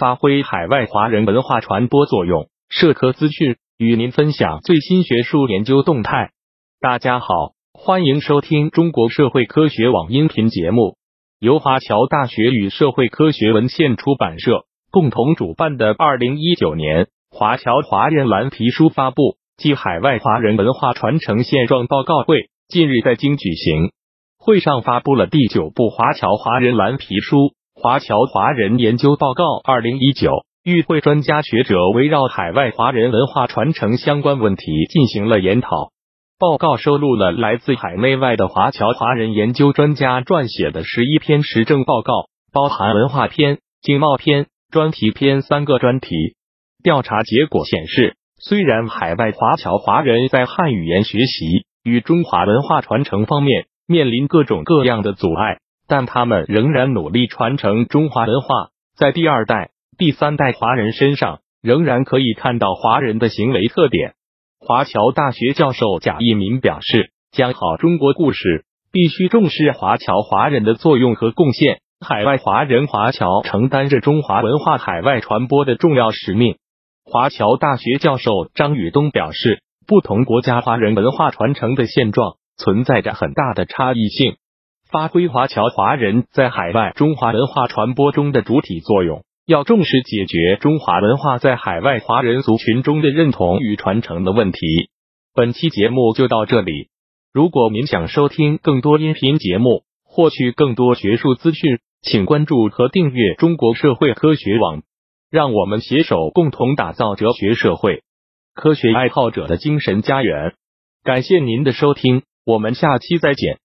发挥海外华人文化传播作用，社科资讯与您分享最新学术研究动态。大家好，欢迎收听中国社会科学网音频节目，由华侨大学与社会科学文献出版社共同主办的2019年华侨华人蓝皮书发布暨海外华人文化传承现状报告会近日在京举行。会上发布了第9部华侨华人蓝皮书《华侨华人研究报告2019》，与会专家学者围绕海外华人文化传承相关问题进行了研讨。报告收录了来自海内外的华侨华人研究专家撰写的11篇实证报告，包含文化篇、经贸篇、专题篇3个专题。调查结果显示，虽然海外华侨华人在汉语言学习与中华文化传承方面面临各种各样的阻碍，但他们仍然努力传承中华文化。在第2代、第3代华人身上，仍然可以看到华人的行为特点。华侨大学教授贾一鸣表示，讲好中国故事，必须重视华侨华人的作用和贡献。海外华人华侨承担着中华文化海外传播的重要使命。华侨大学教授张宇东表示，不同国家华人文化传承的现状存在着很大的差异性，发挥华侨华人在海外中华文化传播中的主体作用，要重视解决中华文化在海外华人族群中的认同与传承的问题。本期节目就到这里，如果您想收听更多音频节目，获取更多学术资讯，请关注和订阅中国社会科学网，让我们携手共同打造哲学社会，科学爱好者的精神家园。感谢您的收听，我们下期再见。